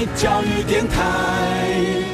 爱教育电台。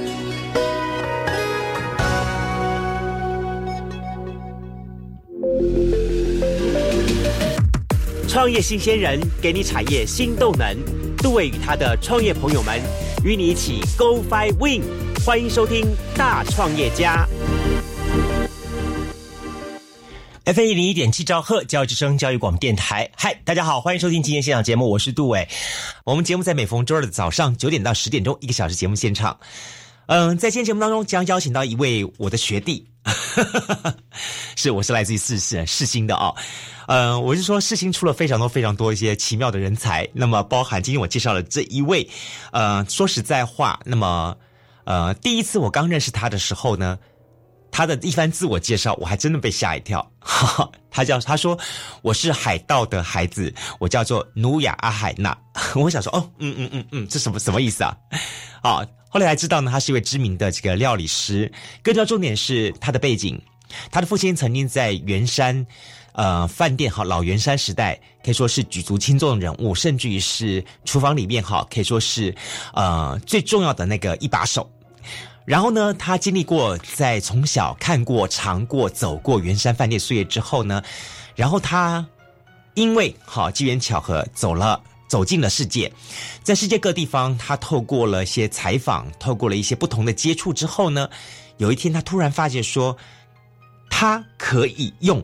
创业新鲜人，给你产业新动能。杜伟与他的创业朋友们，与你一起 Go Fly Win。欢迎收听大创业家。FM101.7兆赫教育之声教育广播电台。嗨，大家好，欢迎收听今天现场节目，我是杜伟。我们节目在每逢周二的早上9点到10点钟，1个小时节目现场。在今天节目当中将邀请到一位我的学弟，我是来自于世新的哦。我是说世新出了非常多一些奇妙的人才，那么包含今天我介绍了这一位，说实在话，那么第一次我刚认识他的时候呢，他的一番自我介绍我还真的被吓一跳。他说我是海盗的孩子，我叫做努亚阿海纳。我想说这什么意思啊？好，后来才知道呢，他是一位知名的这个料理师。更重要重点是他的背景，他的父亲曾经在圆山饭店老圆山时代可以说是举足轻重的人物，甚至于是厨房里面可以说是最重要的那个一把手。然后呢，他经历过在从小看过尝过走过圆山饭店岁月之后呢，然后他因为机缘巧合走进了世界，在世界各地方他透过了一些采访，透过了一些不同的接触之后呢，有一天他突然发觉说他可以用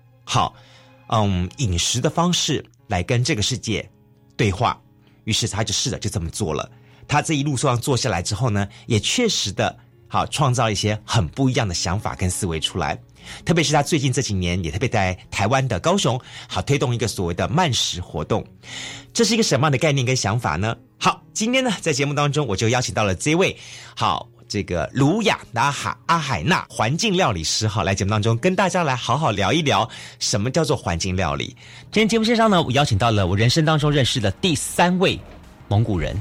饮食的方式来跟这个世界对话，于是他就试着就这么做了。他这一路上做下来之后呢，也确实的创造一些很不一样的想法跟思维出来。特别是他最近这几年也特别在台湾的高雄推动一个所谓的慢食活动。这是一个什么样的概念跟想法呢？好，今天呢在节目当中我就邀请到了这位这个卢亚阿海纳环境料理师来节目当中跟大家来好好聊一聊什么叫做环境料理。今天节目线上呢，我邀请到了我人生当中认识的第3位蒙古人。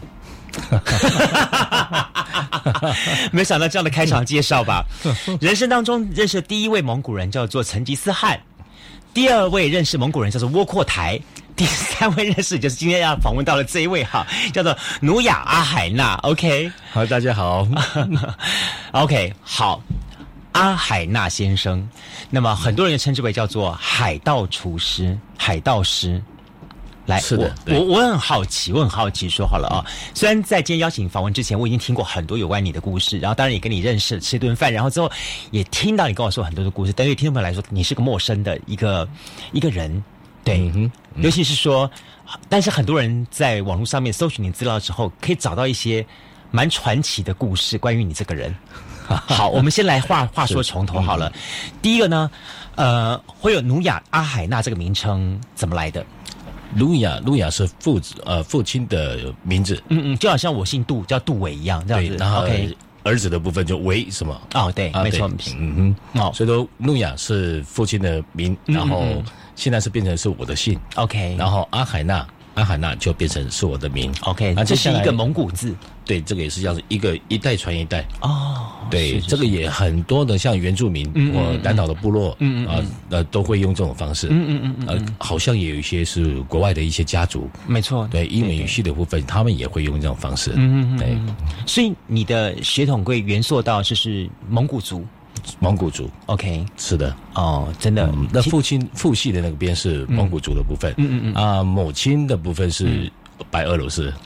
没想到这样的开场介绍吧。人生当中认识的第1位蒙古人叫做成吉思汗，第2位认识蒙古人叫做窝阔台，第3位认识就是今天要访问到了这一位叫做努亚阿海纳。 OK， 好，大家好。 OK， 好，阿海纳先生，那么很多人称之为叫做海盗厨师、海盗师。来， 是的， 我很好奇说好了虽然在今天邀请访问之前，我已经听过很多有关你的故事，然后当然也跟你认识，吃顿饭，然后之后也听到你跟我说很多的故事，但对听众朋友来说，你是个陌生的一个人，对，尤其是说，但是很多人在网络上面搜寻你资料之后，可以找到一些蛮传奇的故事关于你这个人。好，我们先来话说从头好了。第一个呢，会有努亚阿海纳这个名称怎么来的？ 卢亚是父亲的名字， 就好像我姓杜，叫杜伟一样，这样子。 对，然后儿子的部分就为什么？ 对，没错， 所以说努亚是父亲的名，然后现在是变成是我的姓。 OK， 然后阿海纳就变成是我的名。 OK， 这是一个蒙古字。 对，这个也是这样子，一代传一代。对，这个也很多的像原住民或南岛的部落，都会用这种方式。好像也有一些是国外的一些家族， 没错。 对，英文语系的部分，他们也会用这种方式。对， 所以你的血统会原溯到就是蒙古族。OK， 是的。 真的。 那父系的那个边是蒙古族的部分，母亲的部分是白俄罗斯。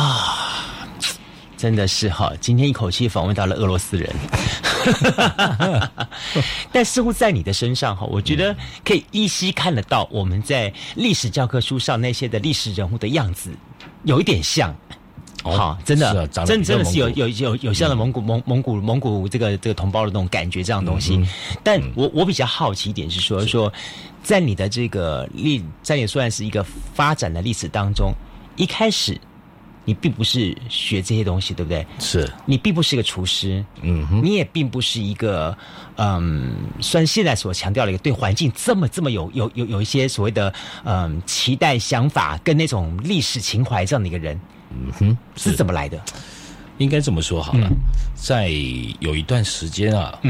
真的是今天一口气访问到了俄罗斯人。但似乎在你的身上我觉得可以依稀看得到我们在历史教科书上那些的历史人物的样子，有一点像。真的，真的是有像的蒙古这个同胞的那种感觉，这样的东西。但我比较好奇一点是说，在你的这个在你虽然是一个发展的历史当中，一开始你并不是学这些东西，对不对？ 是， 你并不是一个厨师，你也并不是一个虽然现在所强调的一个对环境这么有一些所谓的期待、想法跟那种历史情怀这样的一个人。是怎么来的？ 应该这么说好了，在有一段时间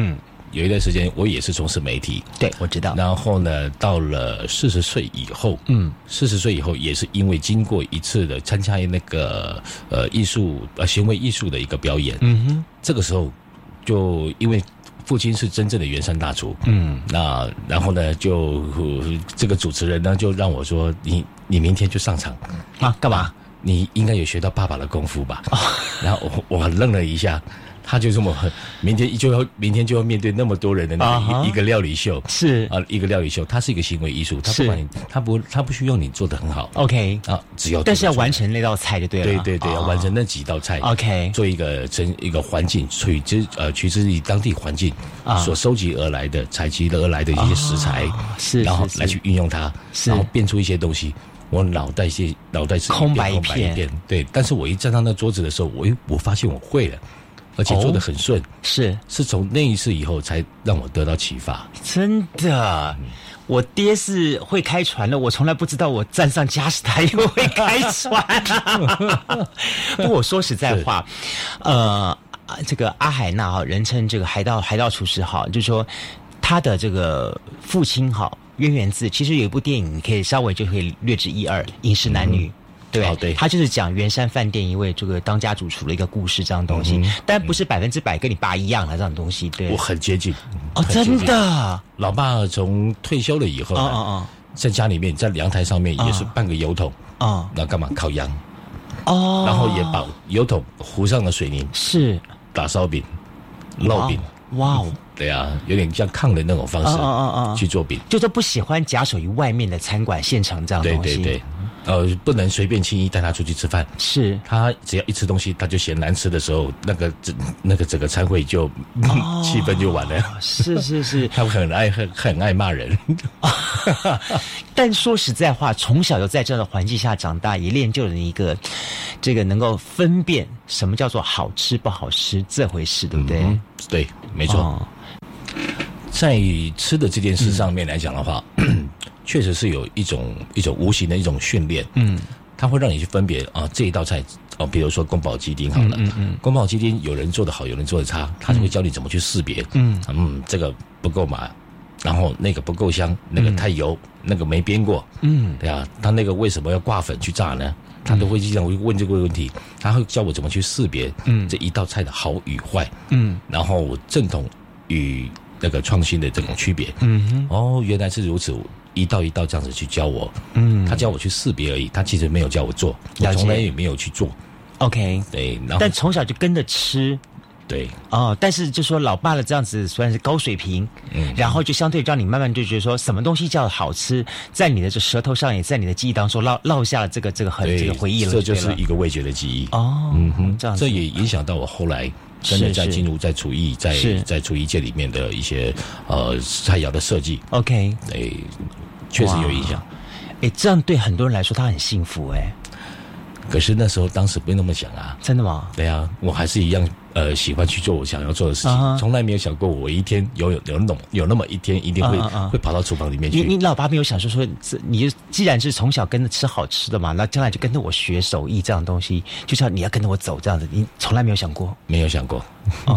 有一段时间我也是从事媒体， 对，我知道。 然后呢，到了40岁以后，40岁以后也是因为经过一次的参加那个艺术行为艺术的一个表演，这个时候就因为父亲是真正的圆山大厨，那然后呢，就这个主持人呢就让我说，你明天就上场啊，干嘛？ 你应该有学到爸爸的功夫吧？然后我愣了一下。他就这么明天就要面对那么多人的一个料理秀，是啊，一个料理秀，它是一个行为艺术，他不管你，他不需要你做得很好 ，OK 啊，只要但是要完成那道菜就对了， 对，要完成那几道菜 ，OK， 做一个环境，取之于当地环境所收集而来的、采集而来的一些食材， 是， 然后来去运用它，然后变出一些东西。我脑袋是空白一片， 对，但是我一站上那桌子的时候，我发现我会了。而且做得很顺，是从那一次以后才让我得到启发。 真的，我爹是会开船的，我从来不知道我站上嘉士台又会开船。不过我说实在话，这个阿海那哈，人称这个海盗厨师哈，就是说他的这个父亲哈渊源自，其实有一部电影你可以稍微就可以略知一二，《饮食男女》。对，他就是讲圆山饭店一位这个当家主厨的一个故事，这样东西，但不是100%跟你爸一样的这样东西。对， 我很接近真的。 老爸从退休了以后，在家里面在阳台上面也是半个油桶那干嘛烤羊然后也把油桶糊上了水泥，是打烧饼、烙饼。哇哦，对啊，有点像抗的那种方式去做饼， 就是不喜欢假手于外面的餐馆现场这样的东西。 对。不能随便轻易带他出去吃饭。是，他只要一吃东西，他就嫌难吃的时候，那个整个餐会就气氛就完了。是，他很爱骂人。 但说实在话，从小就在这样的环境下长大，也练就了一个这个能够分辨什么叫做好吃不好吃这回事，对不对？ 对，没错。在吃的这件事上面来讲的话。确实是有一种无形的一种训练，它会让你去分别这一道菜比如说宫保鸡丁好了，宫保鸡丁有人做得好，有人做得差，他就会教你怎么去识别，这个不够麻，然后那个不够香，那个太油，那个没煸过，对啊，他那个为什么要挂粉去炸呢？他都会经常会问这个问题，他会教我怎么去识别这一道菜的好与坏，然后正统与那个创新的这种区别，原来是如此。一道一道这样子去教我，他教我去识别而已，他其实没有教我做，我从来也没有去做。OK， 对，然后但从小就跟着吃， 对但是就说老爸的这样子虽然是高水平，然后就相对让你慢慢就觉得说什么东西叫好吃，在你的这舌头上，也在你的记忆当中烙下了这个回忆了， 这就是一个味觉的记忆这也影响到我后来。真的在进入在厨艺在厨艺界里面的一些菜肴的设计 ，OK， 确实有影响。 这样对很多人来说他很幸福可是那时候当时不会那么想啊。 真的吗？ 对啊，我还是一样喜欢去做我想要做的事情，从来没有想过我一天有那么一天一定会跑到厨房里面去。 你老爸没有想说你既然是从小跟着吃好吃的嘛，那将来就跟着我学手艺这样的东西，就像你要跟着我走这样子，你从来没有想过？ 没有想过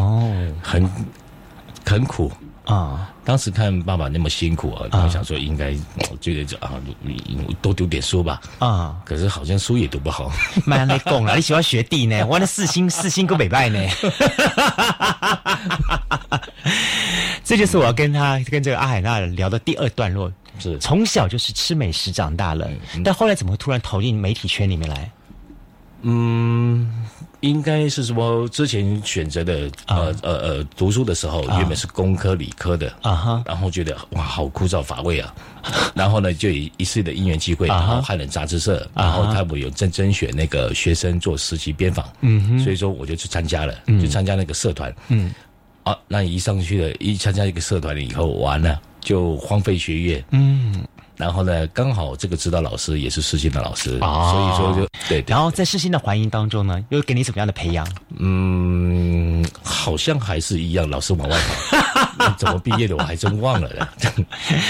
很苦当时看爸爸那么辛苦然后想说应该觉得多读点书吧可是好像书也读不好。 慢来讲啦，你喜欢学弟呢，我那四星够美败呢。这就是我要跟这个阿海娜聊的第二段落，是从小就是吃美食长大了，但后来怎么会突然投进媒体圈里面来？ 应该是说之前选择的读书的时候原本是工科理科的然后觉得哇好枯燥乏味然后呢就以一次的因缘机会然后汉人杂志社然后他们有甄选那个学生做实习编访所以说我就去参加了就参加那个社团那一上去了一参加一个社团了以后完了就荒废学业然后呢刚好这个指导老师也是世新的老师所以说就对然后在世新的环境当中呢又给你怎么样的培养？ 好像还是一样老师往外跑怎么毕业的我还真忘了了。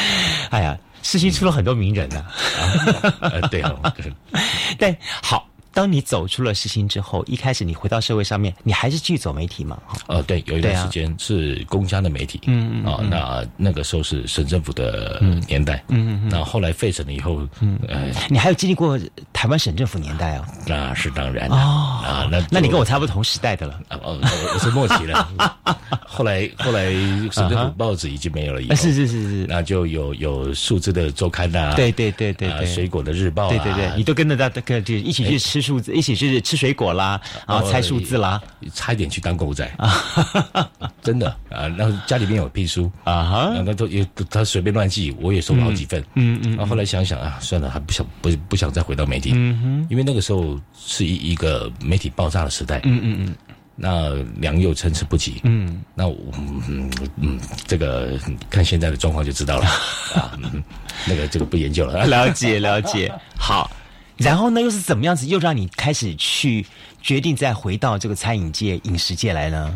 哎呀世新出了很多名人对但好当你走出了世新之后，一开始你回到社会上面，你还是继续走媒体吗？ 对，有一段时间是公家的媒体，那个时候是省政府的年代，那后来废省了以后， 你还有经历过台湾省政府年代哦？ 那是当然的那你跟我差不多同时代的了。 我是末期了。后来省政府报纸已经没有了以后， 是， 那就有数字的周刊啊， 对， 水果的日报啊， 对，你都跟着一起去吃数字，一起去吃水果啦，猜数字啦， 差一点去当狗仔真的然后家里面有批书那他随便乱记，我也收了好几份，然后后来想想算了，还不想再回到媒体，因为那个时候是一个媒体爆炸的时代，那良莠参差不齐，那这个看现在的状况就知道了这个不研究了。 了解。好，然后呢，又是怎么样子，又让你开始去决定再回到这个餐饮界、饮食界来呢？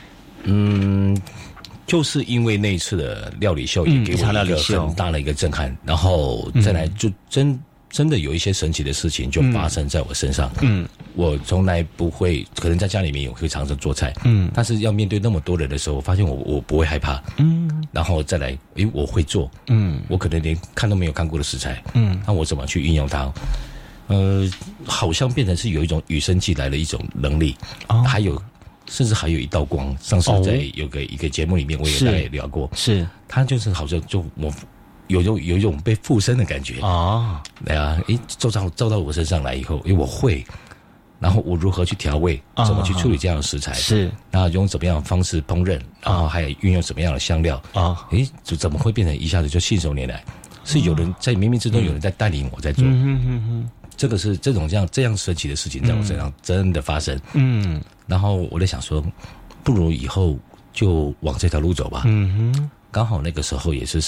就是因为那一次的料理秀也给我一个很大的一个震撼，然后再来就真的有一些神奇的事情就发生在我身上。我从来不会，可能在家里面也会常常做菜，但是要面对那么多人的时候，我发现我不会害怕，然后再来，我会做，我可能连看都没有看过的食材，那我怎么去运用它？好像变成是有一种与生俱来的一种能力，甚至还有一道光。上次在一个节目里面，我也大概聊过， 是它就是好像就我。有一种被附身的感觉照到我身上来以后，我会，然后我如何去调味，怎么去处理这样的食材， 是， 然后用怎么样的方式烹饪，然后还运用什么样的香料就怎么会变成一下子就信手拈来？是有人在冥冥之中有人在带领我在做，这个是这样神奇的事情在我身上真的发生，然后我在想说，不如以后就往这条路走吧，刚好那个时候也是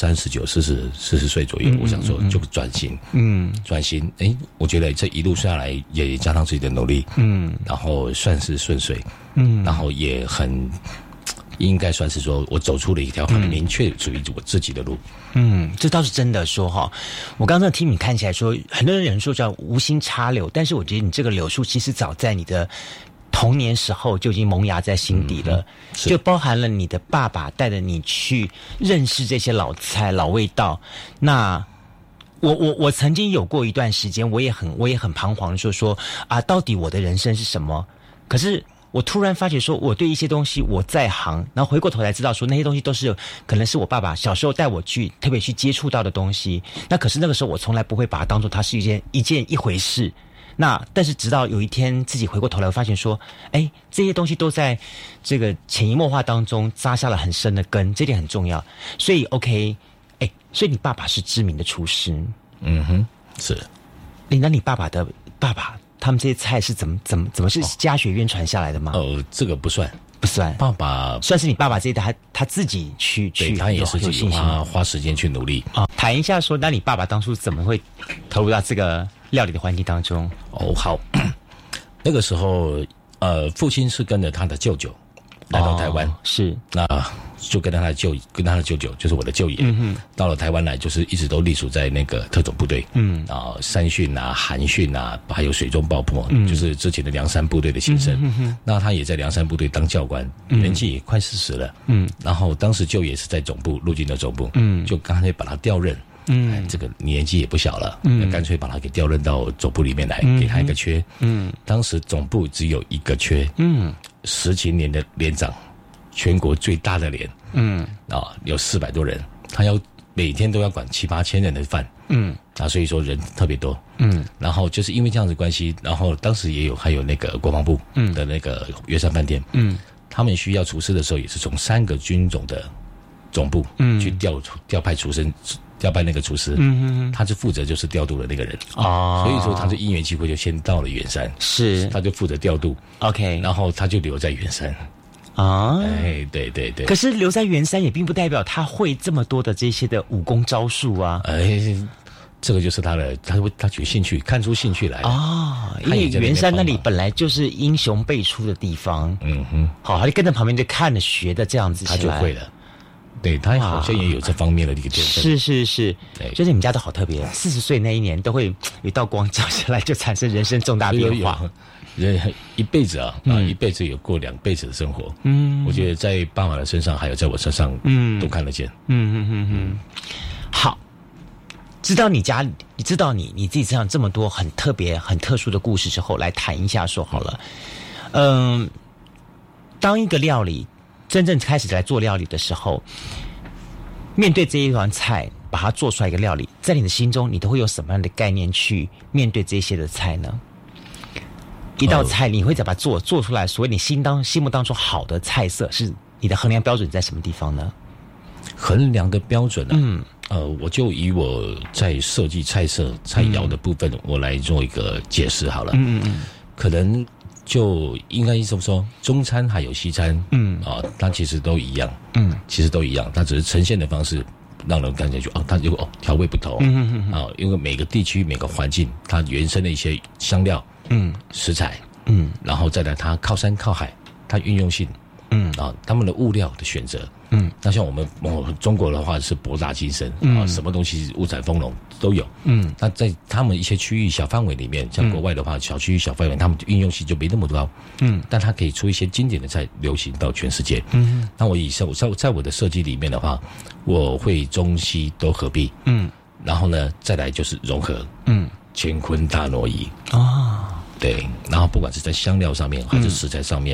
39、40岁左右，我想说就转型，我觉得这一路下来也加上自己的努力，然后算是顺遂，然后也很应该算是说我走出了一条很明确属于我自己的路。 这倒是真的说哈，我刚刚听你看起来说，很多人说叫无心插柳，但是我觉得你这个柳树其实早在你的童年时候就已经萌芽在心底了，就包含了你的爸爸带着你去认识这些老菜老味道。那我曾经有过一段时间，我也很彷徨，说到底我的人生是什么？可是我突然发觉说，我对一些东西我在行，然后回过头来知道说，那些东西都是可能是我爸爸小时候带我去特别去接触到的东西。那可是那个时候我从来不会把它当作它是一回事。但是直到有一天自己回过头来，我发现说，这些东西都在这个潜移默化当中扎下了很深的根，这点很重要。所以 OK， 所以你爸爸是知名的厨师， 是。 那你爸爸的爸爸，他们这些菜是怎么是家学渊传下来的吗？ 这个不算，爸爸算是你爸爸这一代他自己去， 对，他也是自己花时间去努力谈一下说，那你爸爸当初怎么会投入到这个料理的环境当中？ 好，那个时候父亲是跟着他的舅舅来到台湾， 是， 那就跟他的舅舅就是我的舅爷，到了台湾来，就是一直都隶属在那个特种部队，山训韩训还有水中爆破，就是之前的梁山部队的前身，那他也在梁山部队当教官，年纪也快40了，然后当时舅爷是在总部陆军的总部，就干脆把他调任。这个年纪也不小了，干脆把他给调任到总部里面来，给他一个缺。当时总部只有一个缺，17年的连长，全国最大的连，有400多人，他要每天都要管7、8千人的饭，所以说人特别多，然后就是因为这样子关系，然后当时还有那个国防部的那个约山饭店，他们需要厨师的时候，也是从3个军种的总部去调派厨师。调派那个厨师，他就负责就是调度的那个人，所以说他就因缘际会就先到了圆山， 是， 他就负责调度 ，OK， 然后他就留在圆山对。 可是留在圆山也并不代表他会这么多的这些的武功招数啊， 这个就是他取兴趣，看出兴趣来因为圆山那里本来就是英雄辈出的地方，好，他就跟着旁边就看着学的这样子起来， 他就会了。 对，他好像也有这方面的一个见证。 是，就是你们家都好特别，40岁那一年都会有一道光照下来，就产生人生重大变化。 人一辈子一辈子有过2辈子的生活。我觉得在爸爸的身上，还有在我身上，都看得见。 好，知道你知道你自己身上这么多很特别、很特殊的故事之后，来谈一下说好了。当一个料理真正开始来做料理的时候，面对这一道菜，把它做出来一个料理，在你的心中，你都会有什么样的概念去面对这些的菜呢？一道菜，你会怎么把它做出来？所谓你心目当中好的菜色，是你的衡量标准在什么地方呢？ 衡量的标准我就以我在设计菜色、菜肴的部分，我来做一个解释好了。可能就应该这么说，中餐还有西餐，它其实都一样，其实都一样，它只是呈现的方式让人感觉它有调味不同，因为每个地区、每个环境，它原生的一些香料，食材，然后再来它靠山靠海，它运用性，他们的物料的选择，那像我们中国的话是博大精深，什么东西物产丰隆都有，那在他们一些区域小范围里面，像国外的话，小区域小范围，他们运用性就没那么高，但它可以出一些经典的菜，流行到全世界。那我在我的设计里面的话，我会中西都合璧，然后呢，再来就是融合，乾坤大挪移对，然后不管是在香料上面还是食材上面，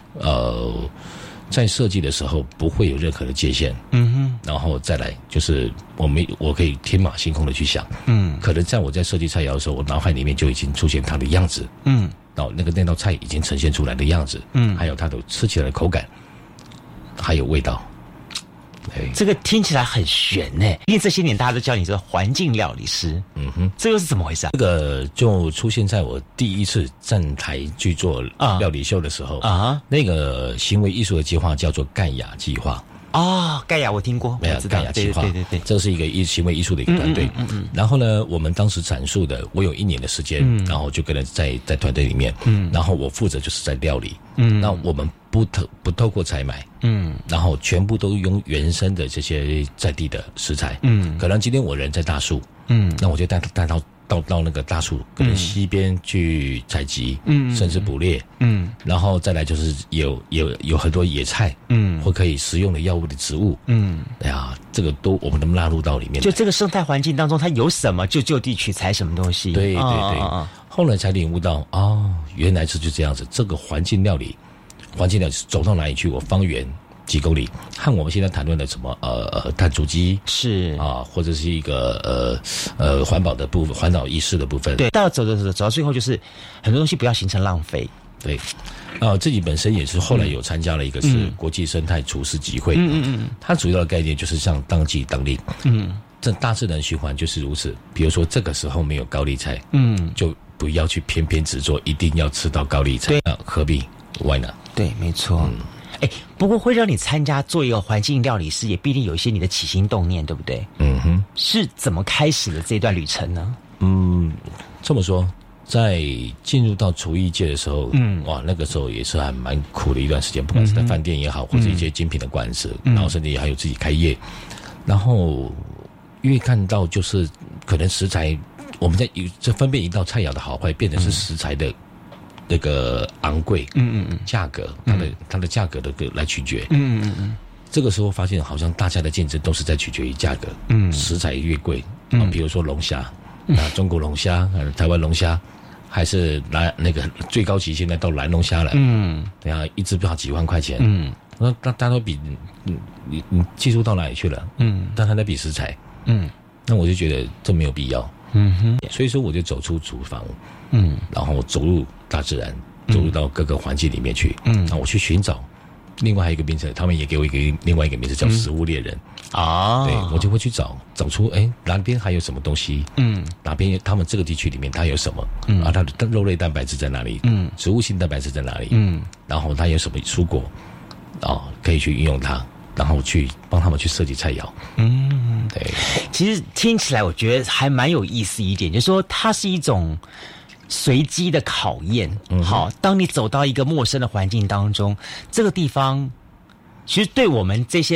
在设计的时候不会有任何的界限，然后再来就是我可以天马行空的去想，可能在我在设计菜肴的时候，我脑海里面就已经出现它的样子，然后那道菜已经呈现出来的样子，还有它的吃起来的口感，还有味道。 这个听起来很玄呢，因为这些年大家都叫你这环境料理师，这又是怎么回事啊？ 这个就出现在我第一次站台去做料理秀的时候，那个行为艺术的计划叫做盖亚计划。 盖亚我听过，我知道， 盖亚计划， 对， 这是一个行为艺术的一个团队。然后呢，我们当时阐述的，我有1年的时间，然后就跟着在团队里面，然后我负责就是在料理，那我们不透过采买，然后全部都用原生的这些在地的食材，可能今天我人在大树，那我就带到那个大树，可能溪边去采集，甚至捕猎，然后再来就是有很多野菜，或可以食用的药物的植物，这个都我们能纳入到里面。 就这个生态环境当中，它有什么就地取材什么东西。 对，后来才领悟到，原来是就这样子。这个环境料理走到哪里去，我方圆几公里，和我们现在谈论的什么碳足迹是或者是一个环保的部分，环保意识的部分。 对，到走到最后就是很多东西不要形成浪费。 对，自己本身也是后来有参加了一个是国际生态厨师集会，它主要的概念就是像当季当令，这大自然循环就是如此。比如说这个时候没有高丽菜，就不要去偏偏执着一定要吃到高丽菜，何必 ？Why not？ 对，没错。不过会让你参加做一个环境料理师，也必定有一些你的起心动念，对不对？是怎么开始的这段旅程呢？ 这么说，在进入到厨艺界的时候，那个时候也是还蛮苦的一段时间，不管是在饭店也好，或者一些精品的馆子，然后甚至也还有自己开业，然后越看到就是可能食材，我们在这分辨一道菜肴的好坏，变成是食材的那个昂贵，价格，它的价格的来取决，这个时候发现好像大家的竞争都是在取决于价格，食材越贵，比如说龙虾，中国龙虾，台湾龙虾，还是那个最高级现在到蓝龙虾了，对啊，一只不要几万块钱，那大家都比你技术到哪里去了，但他在比食材，那我就觉得这没有必要，所以说我就走出厨房，然后走入大自然，走入到各个环境里面去，那我去寻找另外还有一个名字，他们也给我另外一个名字叫食物猎人对，我就会去找出哪边还有什么东西，哪边他们这个地区里面它有什么，它的肉类蛋白质在哪里，植物性蛋白质在哪里，然后它有什么蔬果可以去运用它，然后去帮他们去设计菜肴。对， 其实听起来我觉得还蛮有意思一点，就是说它是一种随机的考验。好，当你走到一个陌生的环境当中，这个地方其实对我们这些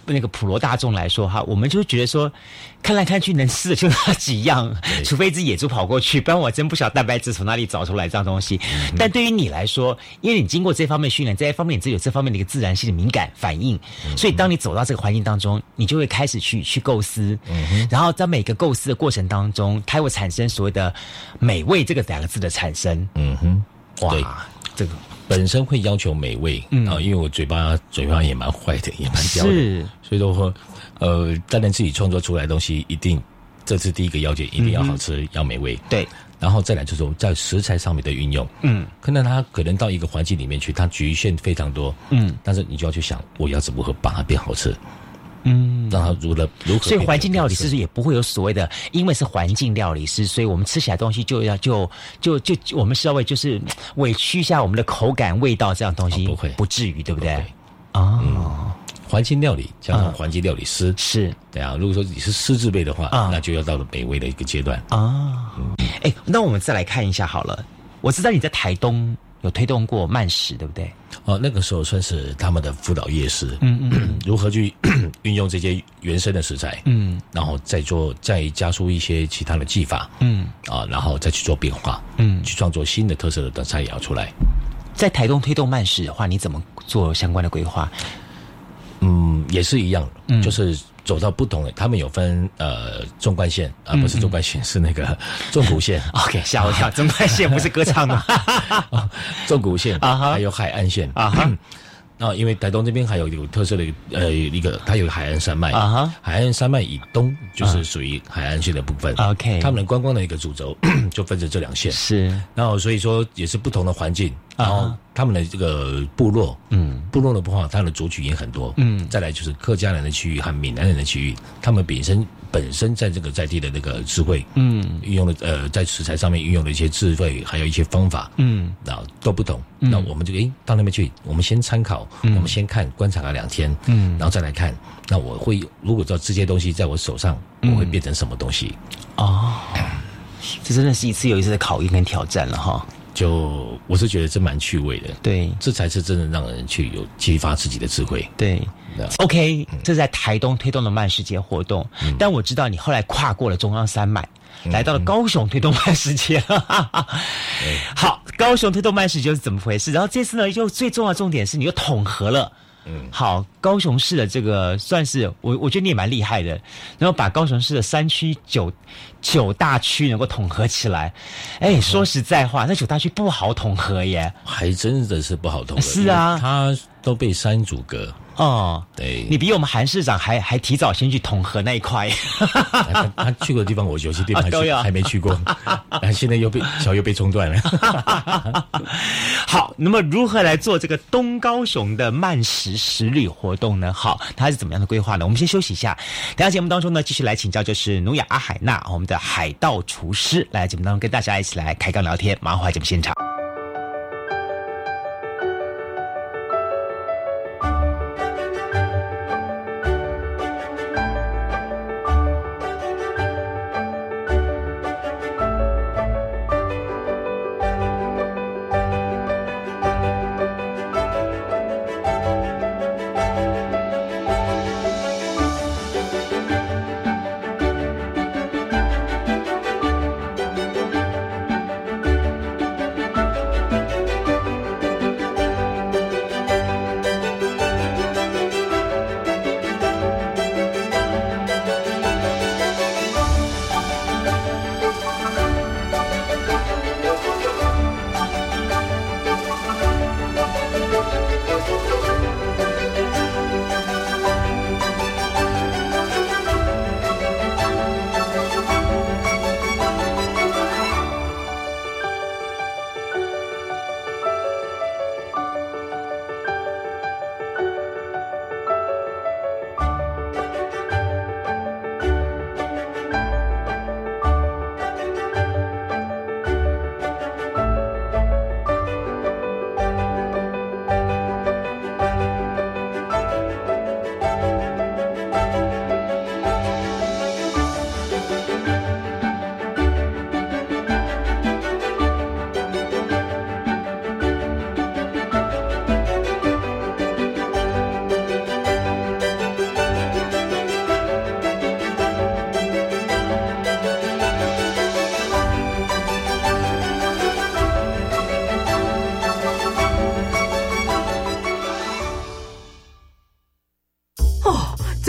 那个普罗大众来说哈，我们就觉得说，看来看去能吃的就那几样，除非一只野猪跑过去，不然我真不晓得蛋白质从哪里找出来这样东西。但对于你来说，因为你经过这方面训练，在这方面你有这方面的一个自然性的敏感反应，所以当你走到这个环境当中，你就会开始去构思，然后在每个构思的过程当中，它会产生所谓的美味这个2个字的产生。哇，这个本身会要求美味因为我嘴巴也蛮坏的，也蛮刁的，所以说当然自己创作出来的东西一定，这是第一个要件，一定要好吃，要美味。 对， 然后再来就是在食材上面的运用，可能到一个环境里面去，它局限非常多，但是你就要去想，我要怎么把它变好吃。让它如何？ 所以环境料理师也不会有所谓的，因为是环境料理师，所以我们吃起来东西就我们稍微就是委屈一下我们的口感、味道这样东西，不至于，对不对？ 环境料理加上环境料理师是对啊。如果说你是师字辈的话，那就要到了美味的一个阶段那我们再来看一下好了。我知道你在台东有推动过慢食，对不对？ 那个时候算是他们的辅导业师，如何去运用这些原生的食材，然后再加出一些其他的技法，然后再去做变化，去创作新的特色的菜肴出来。 在台东推动慢食的话，你怎么做相关的规划？ 也是一样，就是走到不同的，他们有分纵贯线不是纵贯线，是那个纵谷线。 OK， 吓我一跳，纵贯线不是歌唱的， 纵谷线还有海岸线因为台东这边还有特色的一个，它有海岸山脉海岸山脉以东就是属于海岸线的部分。 OK， 他们观光的一个主轴就分成这2线， 是， 然后所以说也是不同的环境，然后他们的这个部落，部落的话，它的族群也很多，再来就是客家人的区域和闽南人的区域，他们本身在这个在地的那个智慧，运用的在食材上面运用的一些智慧，还有一些方法，那都不同。那我们就到那边去，我们先参考，我们先看观察2天，然后再来看，那我会如果知道这些东西在我手上，我会变成什么东西？ 这真的是一次又一次的考验跟挑战了哈。 我是觉得这蛮趣味的， 对， 这才是真的让人去有激发自己的智慧。 对，OK， 这是在台东推动的慢食节活动，但我知道你后来跨过了中央山脉，来到了高雄推动慢食节。好，高雄推动慢食节是怎么回事？然后这次呢，就最重要的重点是你又统合了。好，高雄市的这个算是我觉得你也蛮厉害的，然后把高雄市的3区九大区能够统合起来。说实在话，那9大区不好统合耶， 还真的是不好统合。 是啊， 它都被山阻隔。对， 你比我们韩市长还提早先去统合那一块。 他去过的地方，我有些地方还没去过，现在又被中断了。 好，那么如何来做这个东高雄的慢食食旅活动呢？好，它是怎么样的规划呢？我们先休息一下，等下节目当中呢，继续来请教就是努亚阿海娜，我们的海盗厨师，来节目当中跟大家一起来开杠聊天，马上回来节目现场。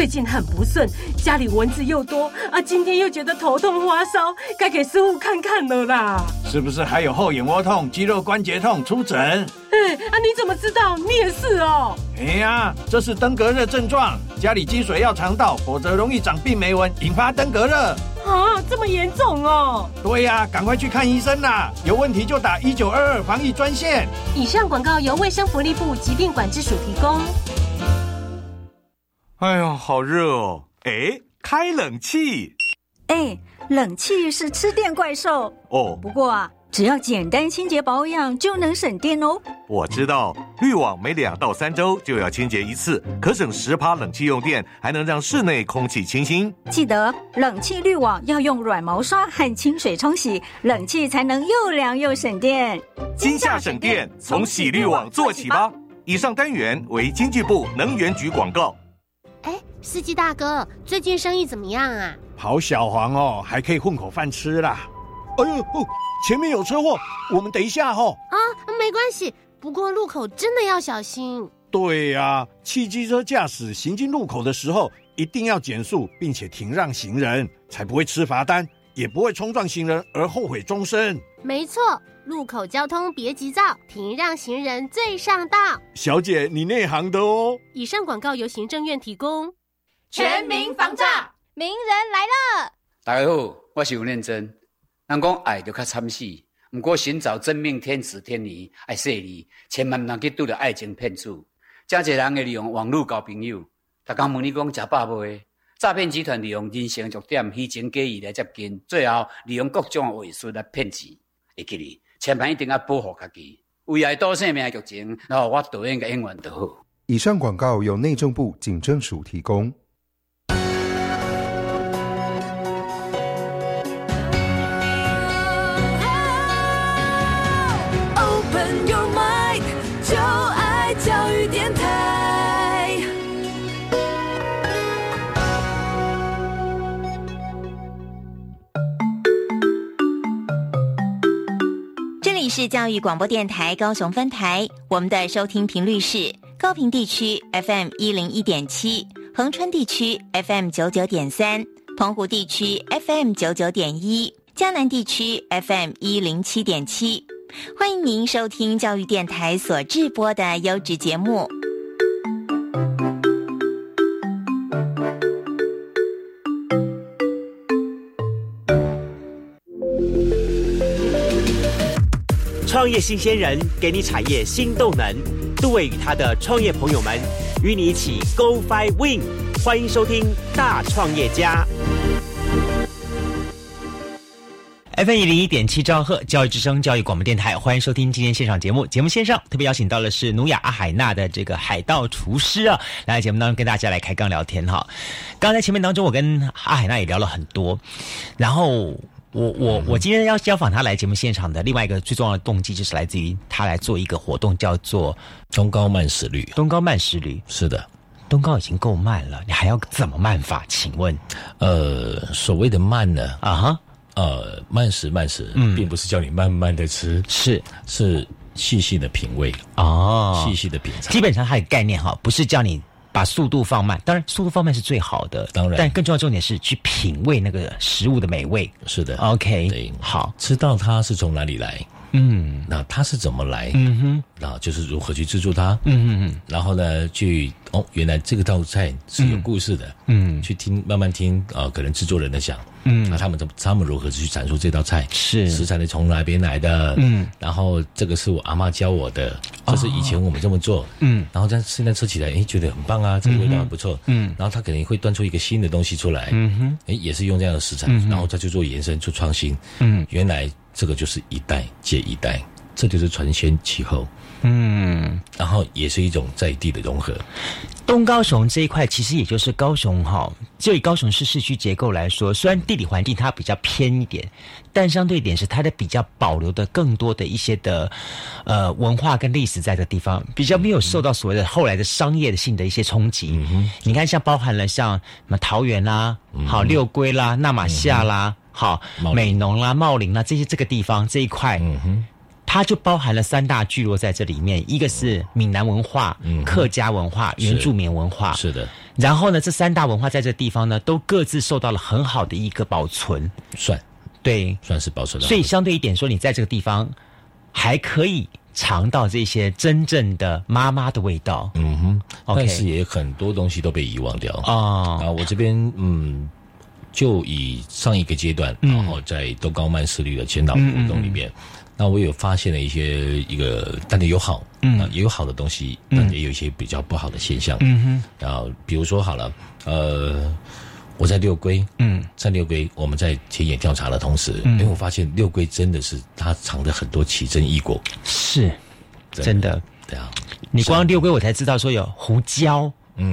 近很不顺，家里蚊子又多啊，今天又觉得头痛发烧，该给师傅看看了啦。 是不是还有后眼窝痛、肌肉关节痛？出诊。 你怎么知道？你也是哦。 这是登革热症状，家里积水要常倒，否则容易长病媒蚊，引发登革热。 这么严重哦？ 对呀，赶快去看医生啦！有问题就打1922防疫专线。 以上广告由卫生福利部疾病管制署提供。 哎呦，好热哦！开冷气。 冷气是吃电怪兽哦。 不过啊，只要简单清洁保养就能省电哦。 我知道，滤网每2到3周就要清洁一次，可省10%冷气用电，还能让室内空气清新。 记得冷气滤网要用软毛刷和清水冲洗，冷气才能又凉又省电。 今夏省电，从洗滤网做起吧。以上单元为经济部能源局广告。 司机大哥，最近生意怎么样啊？ 跑小黄哦，还可以混口饭吃啦。前面有车祸，我们等一下哦。 没关系，不过路口真的要小心。 对呀，汽机车驾驶行经路口的时候，一定要减速，并且停让行人，才不会吃罚单，也不会冲撞行人而后悔终身。 没错，路口交通别急躁，停让行人最上道。 小姐，你内行的哦。 以上广告由行政院提供。 全民防诈， 名人来了。 大家好，我是吴念真。人讲爱就较惨死，不过寻找真命天子天女爱细腻，千万不能去拄到爱情骗子。真侪人会利用网络交朋友，逐天问你讲吃饱未？诈骗集团利用人性弱点、虚情假意来接近，最后利用各种的话术来骗钱。会记哩，千万一定要保护家己，为爱多性命的剧情，然后我导演嘅演员就好。 以上广告由内政部警政署提供。 是教育广播电台高雄分台，我们的收听频率是高屏地区 FM 101.7，恒春地区 FM 99.3，澎湖地区 FM 99.1，嘉南地区 FM 107.7。欢迎您收听教育电台所制播的优质节目。 创业新鲜人，给你产业新动能。杜伟与他的创业朋友们，与你一起 Go Fly Win。欢迎收听大创业家。FM 101.7兆赫教育之声教育广播电台，欢迎收听今天现场节目。节目线上特别邀请到的是努亚阿海娜的这个海盗厨师啊，来节目当中跟大家来开杠聊天哈。刚才前面当中，我跟阿海娜也聊了很多，然后我今天要访他来节目现场的另外一个最重要的动机，就是来自于他来做一个活动，叫做东高慢食旅。 东高慢食旅， 是的。 东高已经够慢了，你还要怎么慢法？请问， 所谓的慢呢？慢食，并不是叫你慢慢的吃，是细细的品味哦，细细的品尝。 基本上它的概念哈，不是叫你把速度放慢，当然速度放慢是最好的，当然，但更重要的重点是去品味那个食物的美味。 是的 ，OK， 对， 好， 知道它是从哪里来，那它是怎么来，然后就是如何去制作它，然后呢，原来这个道菜是有故事的，去慢慢听可能制作人的讲，他们如何去阐述这道菜，是食材是从哪边来的，然后这个是我阿嬷教我的，这是以前我们这么做，然后但现在吃起来，觉得很棒啊，这个味道很不错，然后他可能会端出一个新的东西出来，也是用这样的食材，然后他就做延伸，做创新，原来这个就是一代接一代，这就是承先启后。然后也是一种在地的融合。 东高雄这一块其实也就是高雄就以高雄市市区结构来说，虽然地理环境它比较偏一点，但相对一点是它的比较保留的更多的一些的文化跟历史在这地方，比较没有受到所谓的后来的商业性的一些冲击。你看像包含了像什么桃园啦、六龟啦、那玛夏啦、美浓啦、茂林啦这个地方这一块。 它就包含了3大聚落在这里面，一个是闽南文化、客家文化、原住民文化。 是的。 然后呢，这3大文化在这个地方呢，都各自受到了很好的一个保存。 算是保存的。 所以相对一点说，你在这个地方还可以尝到这些真正的妈妈的味道。 但是也很多东西都被遗忘掉我这边就以上一个阶段，然后在东高慢思虑的前导活动里面，那我有发现了一个，但是有好，也有好的东西，但也有一些比较不好的现象。然后比如说好了，我在六龟，在六龟我们在田野调查的同时，因为我发现六龟真的是它藏着很多奇珍异果， 是真的。 对啊， 你光六龟我才知道说有胡椒，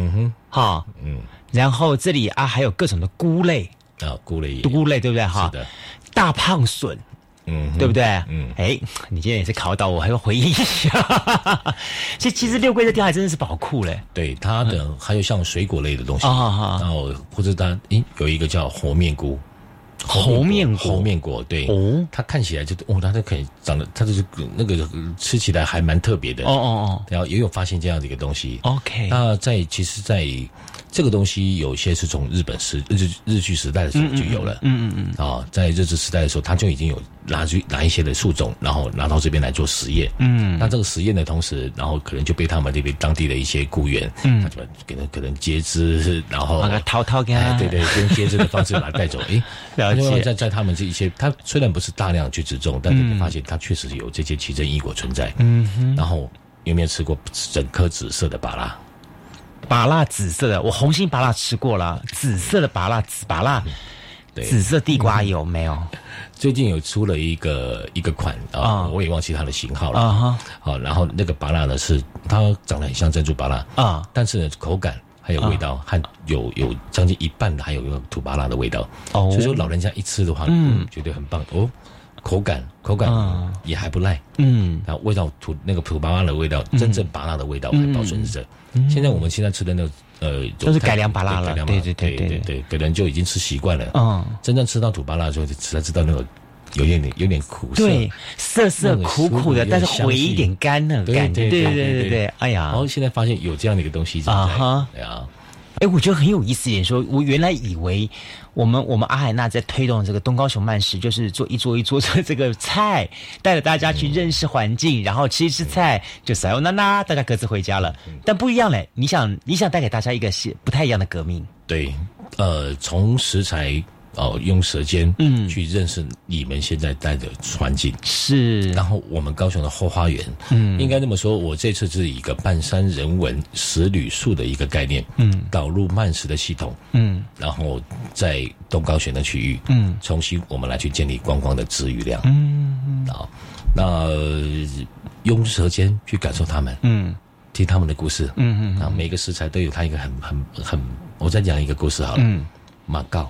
然后这里还有各种的菇类菇类对不对哈？ 是的， 大胖笋。对不对？你今天也是考倒我，还要回忆一下。其实六龟的地方还真的是宝库嘞。 对，它的还有像水果类的东西，然后或者它有一个叫猴面菇。猴面果，对，它看起来就它就可以长得，它就是那个吃起来还蛮特别的。然后也有发现这样的一个东西。 OK， 那其实在这个东西有些是从日据时代的时候就有了。在日治时代的时候，他就已经有拿一些的树种，然后拿到这边来做实验。那这个实验的同时，然后可能就被他们这边当地的一些雇员，他就可能截肢，然后掏给他， 对，用截肢的方式把它带走。 了解。 在他们这一些，他虽然不是大量去植种，但你会发现它确实有这些奇珍异果存在。然后有没有吃过整颗紫色的芭乐？ 芭乐紫色的，我红心芭乐吃过了，紫色的芭乐，紫芭乐，紫色地瓜有没有？ 最近有出了一个款我也忘记它的型号了然后那个芭乐呢是它长得很像珍珠芭乐但是呢口感还有味道和有将近一半的还有一个土芭乐的味道所以说老人家一吃的话觉得很棒口感也还不赖然后味道那个土芭乐的味道真正芭乐的味道还保存着现在我们现在吃的那个都是改良芭乐了， 对，可能就已经吃习惯了。真正吃到土芭乐之后，才知道那个有点苦涩， 对，涩苦的，但是回一点甘那个感觉，对，哎呀， 然后现在发现有这样的一个东西在，对啊。 我觉得很有意思一点，说我原来以为我们阿海娜在推动这个东高雄慢食，就是做一桌这个菜，带着大家去认识环境，然后吃一吃菜，就撒由那拉，大家各自回家了。但不一样嘞，你想带给大家一个不太一样的革命。 对，从食材用舌尖去认识你们现在待的环境是， 然后我们高雄的后花园，应该这么说，我这次是一个半山人文食旅宿的一个概念，导入慢食的系统，然后在东高雄的区域，重新我们来去建立观光的资源量，那用舌尖去感受他们，听他们的故事，然后每个食材都有它一个很，我再讲一个故事好了，马告，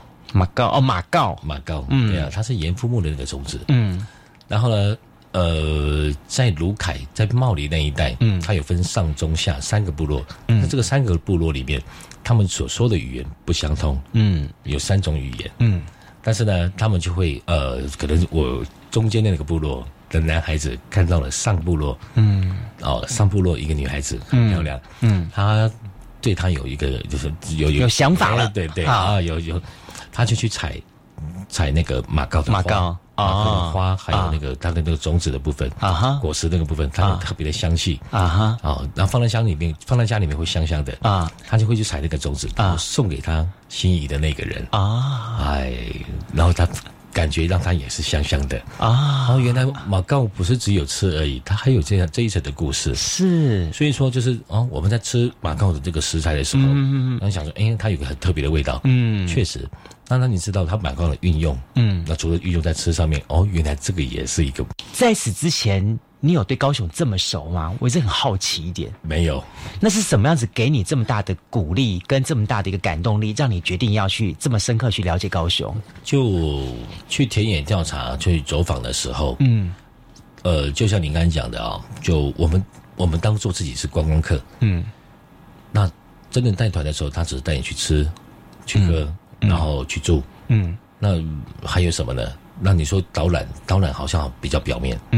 对啊，它是盐肤木的那个种子，然后呢，在鲁凯在茂里那一带，它有分上中下3个部落，那这个3个部落里面，他们所说的语言不相通，有3种语言，但是呢，他们就会可能我中间的那个部落的男孩子看到了上部落，上部落一个女孩子很漂亮，她对她有一个就是有想法了， 对有。他就去采那个马告的花，还有那个它的那个种子的部分，果实那个部分，它有特别的香气，然后放在家里面会香香的，他就会去采那个种子，然后送给他心仪的那个人，然后他感觉让他也是香香的然后原来马告不是只有吃而已，它还有这一层的故事， 是， 所以说就是我们在吃马告的这个食材的时候，然后想说，它有个很特别的味道，确实。那你知道它马告的运用，那除了运用在吃上面，原来这个也是一个。 在此之前，你有对高雄这么熟吗？我一直很好奇一点。 没有。 那是什么样子给你这么大的鼓励，跟这么大的一个感动力，让你决定要去这么深刻去了解高雄？ 就去田野调查、去走访的时候，就像您刚才讲的就我们当做自己是观光客，那真正带团的时候，他只是带你去吃、去喝。然后去住，那还有什么呢？那你说导览好像比较表面，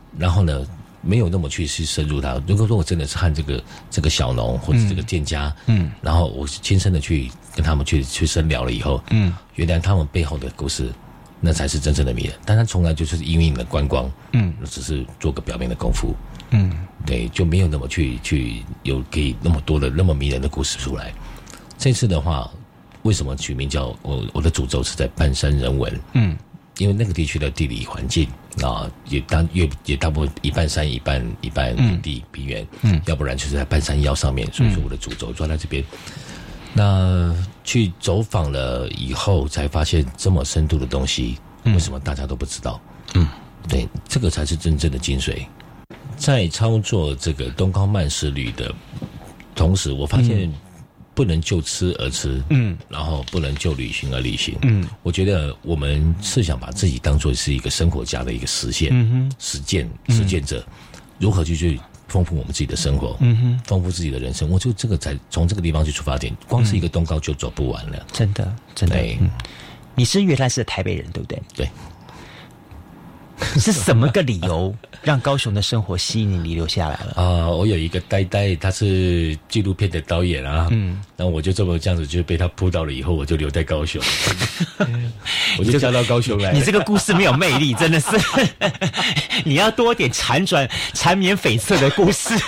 然后呢，没有那么去深入它。如果说我真的是和这个小农或者这个店家，然后我亲身的去跟他们去深聊了以后，原来他们背后的故事，那才是真正的迷人。但他从来就是因为你的观光，只是做个表面的功夫，对，就没有那么去有给那么多的那么迷人的故事出来。这次的话，为什么取名叫我的主轴是在半山人文？因为那个地区的地理环境啊，也大部分一半山一半平地平原，要不然就是在半山腰上面，所以说我的主轴抓在这边。那去走访了以后，才发现这么深度的东西，为什么大家都不知道？对，这个才是真正的精髓。在操作这个东高慢食旅的同时，我发现不能就吃而吃，然后不能就旅行而旅行，我觉得我们是想把自己当作是一个生活家的一个实践者，如何去丰富我们自己的生活，丰富自己的人生。我就这个才从这个地方去出发点，光是一个东高就走不完了， 真的。对，你是原来是台北人对不对？ 对。 是什么个理由让高雄的生活吸引你留下来了？ 我有一个呆，他是纪录片的导演啊，然后我就这样子就被他扑倒了，以后我就留在高雄，我就嫁到高雄来。 你这个故事没有魅力，真的是，你要多点缠绵悱恻的故事。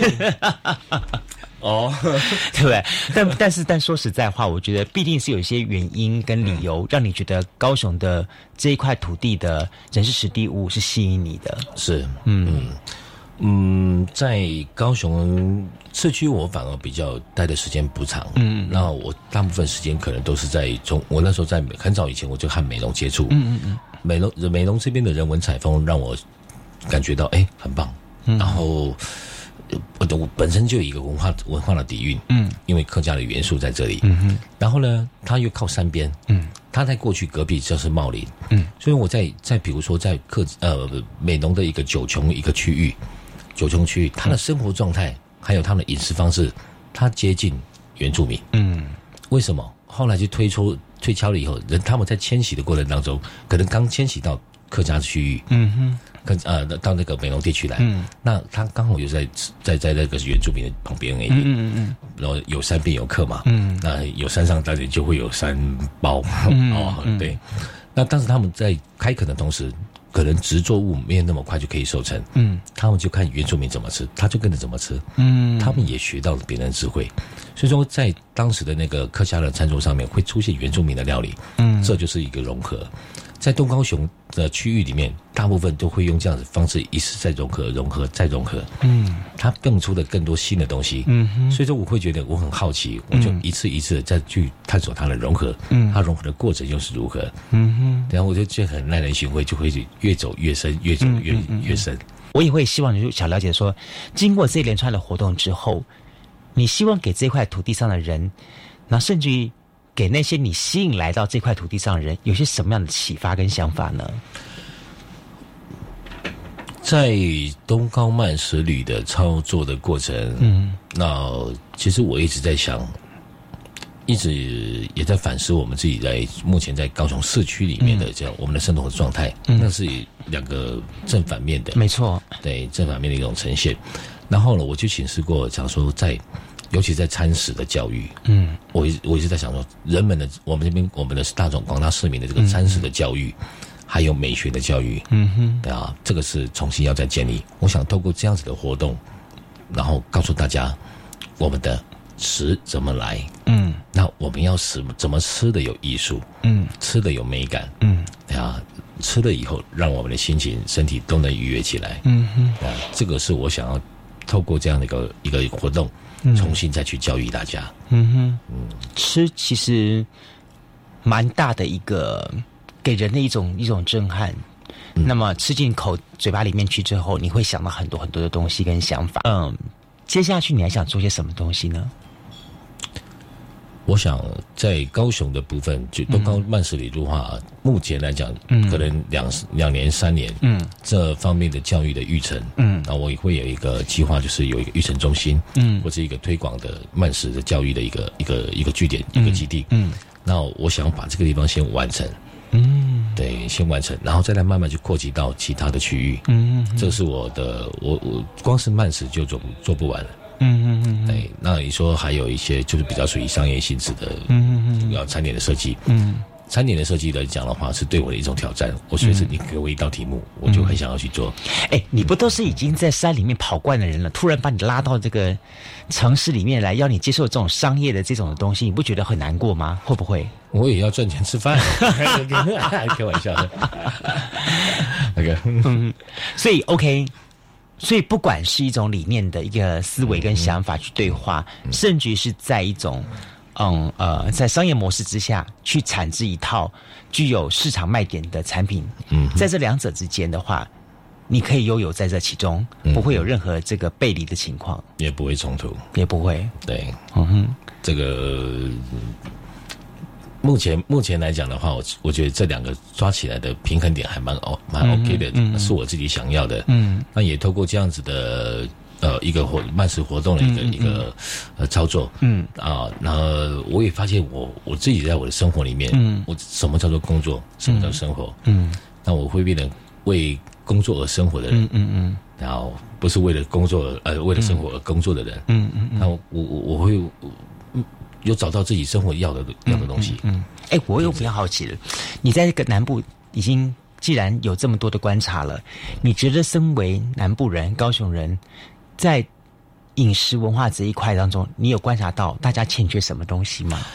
对不对？但说实在话，我觉得必定是有一些原因跟理由，让你觉得高雄的这一块土地的人事实地物是吸引你的。是， 在高雄市区，我反而比较待的时间不长。那我大部分时间可能都是我那时候在很早以前我就和美浓接触。美浓这边的人文采风让我感觉到很棒。然后我本身就有一个文化的底蕴，因为客家的元素在这里，然后呢，它又靠山边，它在过去隔壁就是茂林，所以我在比如说在美浓的一个九琼区域，它的生活状态还有它的饮食方式，它接近原住民，为什么？后来就推敲了以后，他们在迁徙的过程当中，可能刚迁徙到客家区域，到那个美浓地区来，那他刚好有在那个原住民的旁边而已，然后有山边有客嘛，那有山上当然就会有山包，对，那当时他们在开垦的同时，可能植作物没有那么快就可以收成，他们就看原住民怎么吃，他就跟着怎么吃，他们也学到了别人的智慧，所以说在当时的那个客家的餐桌上面会出现原住民的料理，这就是一个融合。在东高雄的区域里面，大部分都会用这样的方式，一次再融合，再融合，它蹦出了更多新的东西，所以说我会觉得我很好奇，我就一次一次的再去探索它的融合，它融合的过程又是如何，然后我就觉得很耐人寻味，就会越走越深，越走越深。 我也会希望你想了解说，经过这一连串的活动之后，你希望给这块土地上的人，那甚至于给那些你吸引来到这块土地上的人，有些什么样的启发跟想法呢？ 在东高慢食旅的操作的过程，那其实我一直在想，一直也在反思我们自己目前在高雄市区里面的这样我们的生活状态，那是两个正反面的， 没错， 对，正反面的一种呈现。然后呢，我就请示过，讲说尤其在餐食的教育，我一直在想说，我们这边我们的广大市民的这个餐食的教育，还有美学的教育，对啊，这个是重新要再建立。我想透过这样子的活动，然后告诉大家，我们的食怎么来，那我们要怎么吃的有艺术，吃的有美感，对啊，吃了以后让我们的心情、身体都能愉悦起来，这个是我想要透过这样的一个活动。重新再去教育大家。 吃其实蛮大的一个给人的一种震撼。那么吃进嘴巴里面去之后，你会想到很多很多的东西跟想法。接下去你还想做些什么东西呢？ 我想在高雄的部分，就东高慢食旅的话，目前来讲，可能两年3年，这方面的教育的育成，那我也会有一个计划，就是有一个育成中心，或者一个推广的慢食的教育的一个据点，一个基地，那我想把这个地方先完成。对， 先完成，然后再来慢慢去扩及到其他的区域。这是我光是慢食就做不完了。对，那你说还有一些就是比较属于商业性质的，要餐点的设计。餐点的设计来讲的话，是对我的一种挑战。我随时你给我一道题目，我就很想要去做。 你不都是已经在山里面跑惯的人了，突然把你拉到这个城市里面来，要你接受这种商业的这种东西，你不觉得很难过吗？会不会？ 我也要赚钱吃饭，开玩笑的。那个， 所以 OK。所以不管是一种理念的一个思维跟想法去对话，甚至是在一种在商业模式之下去产制一套具有市场卖点的产品，在这两者之间的话，你可以悠游在这其中，不会有任何这个背离的情况， 也不会冲突， 也不会。 对，这个目前来讲的话，我觉得这两个抓起来的平衡点还蛮 OK 的，是我自己想要的。那也透过这样子的一个慢食活动的一个操作，那我也发现我自己在我的生活里面，我什么叫做工作，什么叫生活，那我会变得为工作而生活的人，然后不是为了工作为了生活而工作的人，那我会有找到自己生活要的东西。 我又比较好奇了，你在这个南部已经既然有这么多的观察了，你觉得身为南部人、高雄人，在饮食文化这一块当中，你有观察到大家欠缺什么东西吗？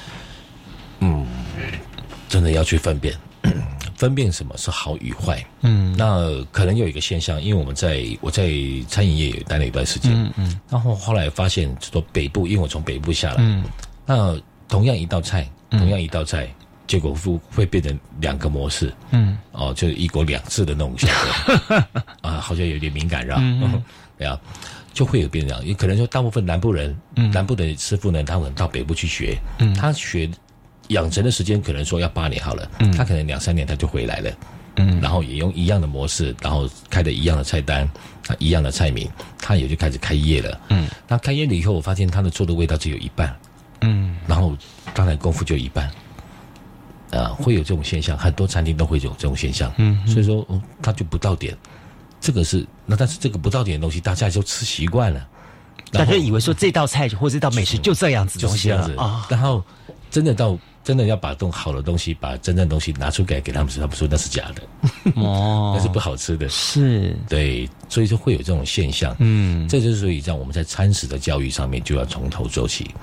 真的要去分辨什么是好与坏。那可能有一个现象，因为我在餐饮业也待了一段时间，然后后来发现说北部，因为我从北部下来，那同样一道菜，结果会变成两个模式，就是一国两制的那种效果好像有点敏感，对啊，就会有变这样。也可能说大部分南部人，南部的师傅呢，他可能到北部去学，他学养成的时间可能说要8年好了，他可能2-3年他就回来了，然后也用一样的模式，然后开的一样的菜单，一样的菜名，他也就开始开业了。那开业了以后，我发现他的做的味道只有一半，然后当然功夫就一半。会有这种现象，很多餐厅都会有这种现象，所以说他就不到点，但是这个不到点的东西，大家就吃习惯了， 大家以为说这道菜或者这道美食就这样子， 就是这样子然后真的要把好的东西，把真正的东西拿出来给他们吃，他们说那是假的，那是不好吃的， 是， 对，所以说会有这种现象，这就是所以让我们在餐食的教育上面就要从头做起，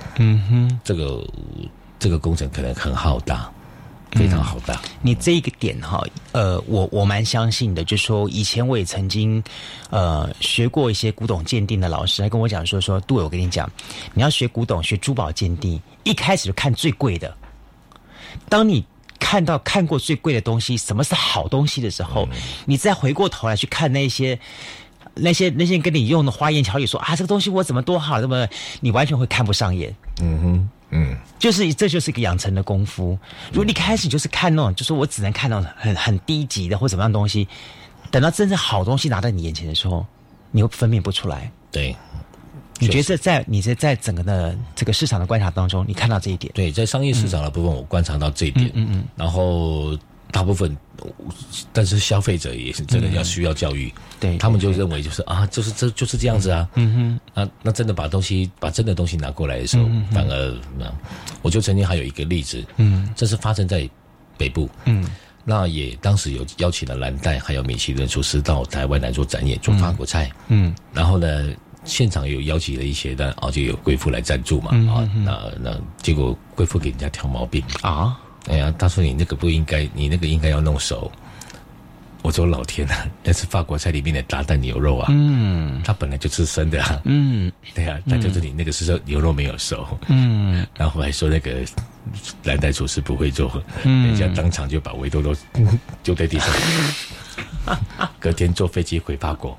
这个工程可能很浩大。非常好大。 你这一个点我蛮相信的，就是说以前我也曾经学过一些古董鉴定的老师，还跟我讲说杜伟，我跟你讲，你要学古董学珠宝鉴定，一开始就看最贵的，当你看过最贵的东西，什么是好东西的时候，你再回过头来去看那些跟你用的花言巧语说这个东西我怎么多好，那么你完全会看不上眼。这就是一个养成的功夫。如果你开始就是看那种，就是我只能看到很低级的或怎么样东西，等到真正好东西拿在你眼前的时候，你会分辨不出来。 对， 你觉得你在整个的这个市场的观察当中，你看到这一点？ 对，在商业市场的部分，我观察到这一点。然后大部分，但是消费者也是真的要需要教育。对，他们就认为就是这样子啊。那真的把真的东西拿过来的时候，反而我就曾经还有一个例子，这是发生在北部。那也当时有邀请了蓝带还有米其林厨师到台湾来做展演，做法国菜。然后呢，现场有邀请了一些的就有贵妇来赞助嘛。那结果贵妇给人家挑毛病啊。哎呀，他说你那个不应该，你那个应该要弄熟。我说老天啊，那是法国菜里面的炸弹牛肉啊，它本来就吃生的啊，对啊，但就是你那个是说牛肉没有熟，然后还说那个蓝带厨师不会做，人家当场就把围兜兜丢在地上，隔天坐飞机回法国，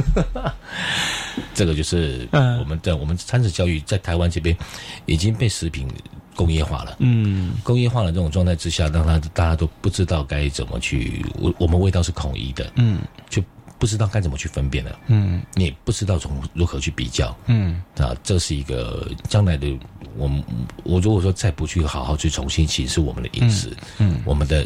这个就是我们餐食教育在台湾这边已经被食品工业化了，工业化的这种状态之下，让大家都不知道该怎么去，我们味道是统一的，就不知道该怎么去分辨了，你也不知道如何去比较，这是一个将来的我如果说再不去好好去重新审视我们的饮食，我们的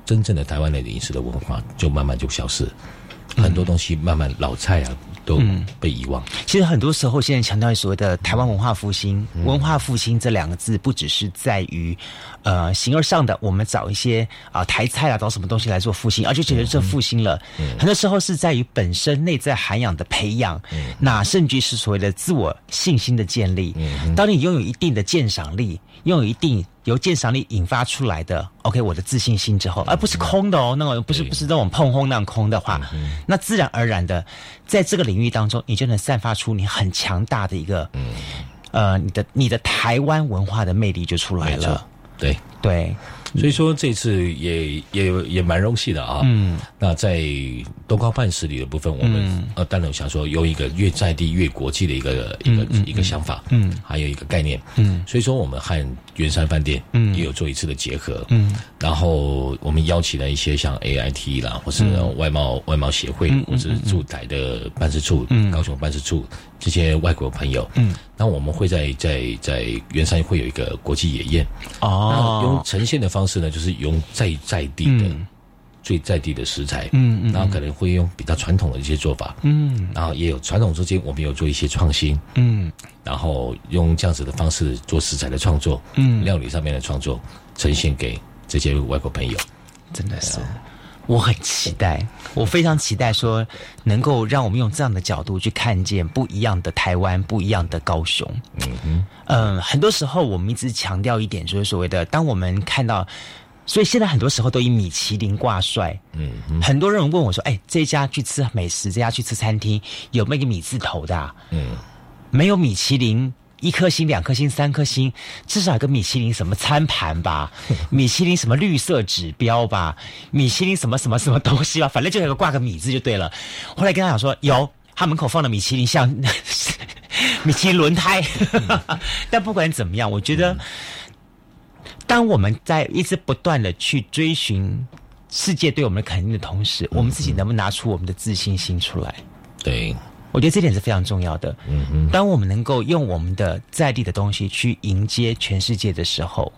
真正的台湾的饮食的文化就慢慢就消失，很多东西慢慢老菜啊都被遗忘。 其实很多时候现在强调所谓的台湾文化复兴，文化复兴这两个字不只是在于形而上的，我们找一些台菜啊，找什么东西来做复兴，而就觉得这复兴了。很多时候是在于本身内在涵养的培养，那甚至是所谓的自我信心的建立。当你拥有一定的鉴赏力，拥有一定由鉴赏力引发出来的 OK 我的自信心之后，而不是空的哦，那种不是那种碰轰那样空的话，那自然而然的在这个领域当中，你就能散发出你很强大的一个你的台湾文化的魅力就出来了。对， 所以说这次也蛮荣幸的啊。那在东高办事里的部分，我们当然想说用一个越在地越国际的一个想法，还有一个概念，所以说我们和圆山饭店也有做一次的结合，然后我们邀请了一些像 AIT 啦，或是外贸协会，或是驻台的办事处，高雄办事处这些外国朋友，那我们会在圆山会有一个国际野宴用呈现的方式呢，就是用在地的最在地的食材，然后可能会用比较传统的一些做法，然后也有传统之间我们有做一些创新，然后用这样子的方式做食材的创作，料理上面的创作，呈现给这些外国朋友， 真的是。我很期待，我非常期待说能够让我们用这样的角度去看见不一样的台湾，不一样的高雄。很多时候我们一直强调一点，就是所谓的当我们看到，所以现在很多时候都以米其林挂帅。很多人问我说，这一家去吃美食，这家去吃餐厅有没有一个米字头的没有米其林1颗星、2颗星、3颗星，至少有个米其林什么餐盘吧，米其林什么绿色指标吧，米其林什么什么什么东西吧，反正就有个挂个米字就对了。后来跟他讲说，有他门口放的米其林像米其林轮胎但不管怎么样，我觉得当我们在一直不断的去追寻世界对我们的肯定的同时，我们自己能不能拿出我们的自信心出来？ 对， 我觉得这点是非常重要的。当我们能够用我们的在地的东西去迎接全世界的时候，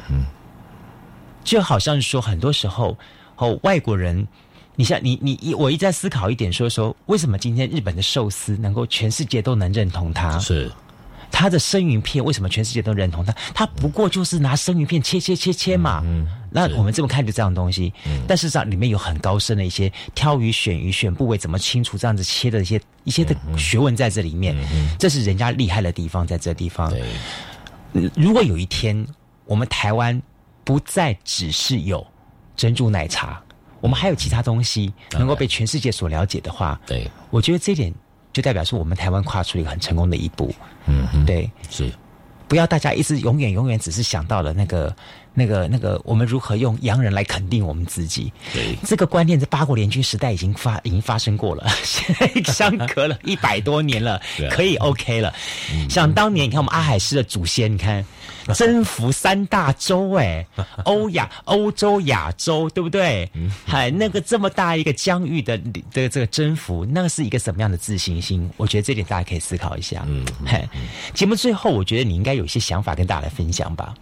就好像是说，很多时候外国人，我一直在思考一点，说为什么今天日本的寿司能够全世界都能认同它？是。它的生鱼片为什么全世界都认同它？它不过就是拿生鱼片切嘛。那我们这么看就这样东西，但事实上里面有很高深的一些挑鱼、选鱼、选部位怎么清楚这样子切的一些的学问在这里面。这是人家厉害的地方，在这地方。如果有一天我们台湾不再只是有珍珠奶茶，我们还有其他东西能够被全世界所了解的话，我觉得这一点就代表说我们台湾跨出一个很成功的一步。对，是不要大家一直永远只是想到了那个我们如何用洋人来肯定我们自己。对，这个观念在八国联军时代已经发生过了，现在相隔了100多年了，可以 OK 了。像当年你看我们阿海师的祖先，你看征服3大洲，欧洲、亚洲，对不对？那个这么大一个疆域的这个征服，那个是一个什么样的自信心？我觉得这点大家可以思考一下。节目最后，我觉得你应该有一些想法跟大家来分享吧。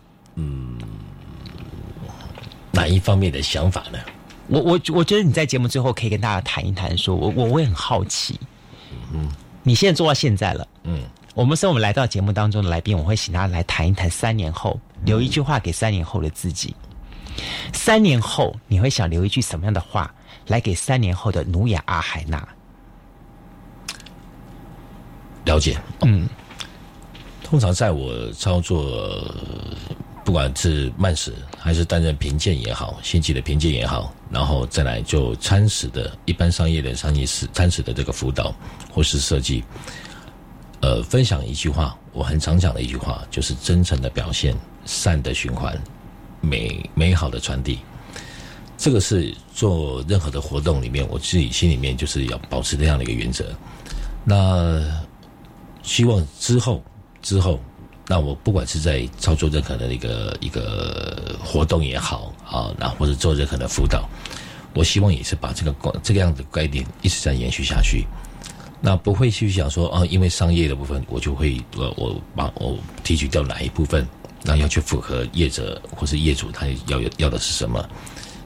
哪一方面的想法呢？ 我觉得你在节目最后可以跟大家谈一谈，说我会很好奇，你现在做到现在了，我们来到节目当中的来宾，我会请他来谈一谈3年后，留一句话给3年后的自己。3年后你会想留一句什么样的话来给3年后的努亚阿海娜？ 了解。通常在我操作，不管是慢食还是担任评鉴也好，新奇的评鉴也好，然后再来就餐食的一般商业的餐食的这个辅导或是设计，分享一句话，我很常讲的一句话，就是真诚的表现，善的循环，美好的传递。这个是做任何的活动里面，我自己心里面就是要保持这样的一个原则。那希望之后，那我不管是在操作任何的一个活动也好啊，那或者做任何的辅导，我希望也是把这个样的概念一直在延续下去。那不会去想说因为商业的部分，我就会我提取掉哪一部分，那要去符合业者或是业主他要的是什么。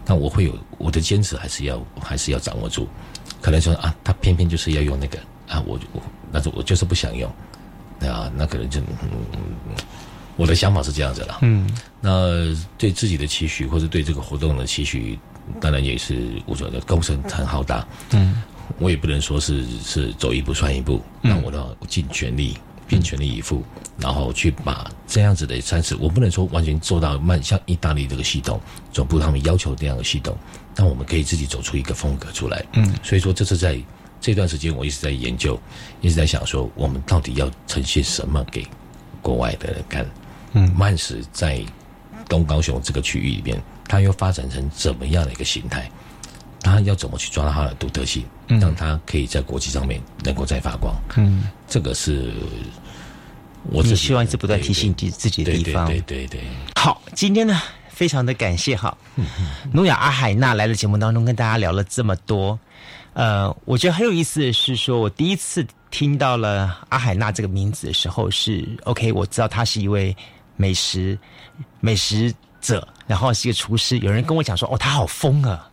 那我会有我的坚持，还是要掌握住。可能说啊，他偏偏就是要用那个啊，但是我就是不想用，那可能就我的想法是这样子啦。那对自己的期许，或者对这个活动的期许，当然也是我觉得工程很浩大。我也不能说是走一步算一步，那我要尽全力。尽全力以赴，然后去把这样子的赛事，我不能说完全做到像意大利这个系统，总部他们要求这样的系统，但我们可以自己走出一个风格出来。所以说这是在这段时间我一直在研究，一直在想说，我们到底要呈现什么给国外的人看。慢食在东高雄这个区域里面，它又发展成怎么样的一个形态？他要怎么去抓到它的独特性，让它可以在国际上面能够再发光？这个是我你希望一直不断提醒自己的地方。 对。 好，今天呢，非常的感谢努亚阿海娜来的节目当中跟大家聊了这么多。我觉得很有意思的是说，我第一次听到了阿海娜这个名字的时候是 OK， 我知道她是一位美食者，然后是一个厨师。有人跟我讲说，她好疯啊。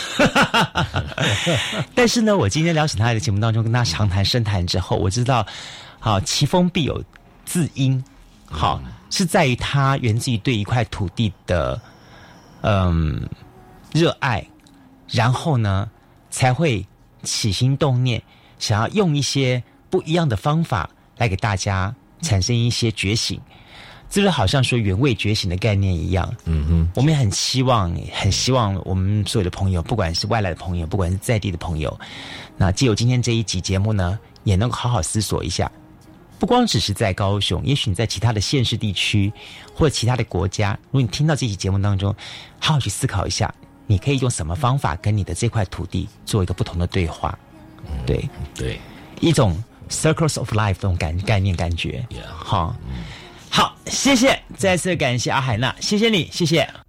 但是呢，我今天邀请他的节目当中跟他长谈深谈之后，我知道，其风必有自因，是在于他源自于对一块土地的热爱，然后呢才会起心动念，想要用一些不一样的方法来给大家产生一些觉醒。这就好像说原味觉醒的概念一样，我们也很希望我们所有的朋友，不管是外来的朋友，不管是在地的朋友，那藉由今天这一集节目呢，也能够好好思索一下，不光只是在高雄，也许你在其他的县市地区或者其他的国家，如果你听到这期节目当中，好好去思考一下，你可以用什么方法跟你的这块土地做一个不同的对话，对，一种 circles of life 这种概念感觉，好，谢谢，再次感谢阿海娜，谢谢你，谢谢。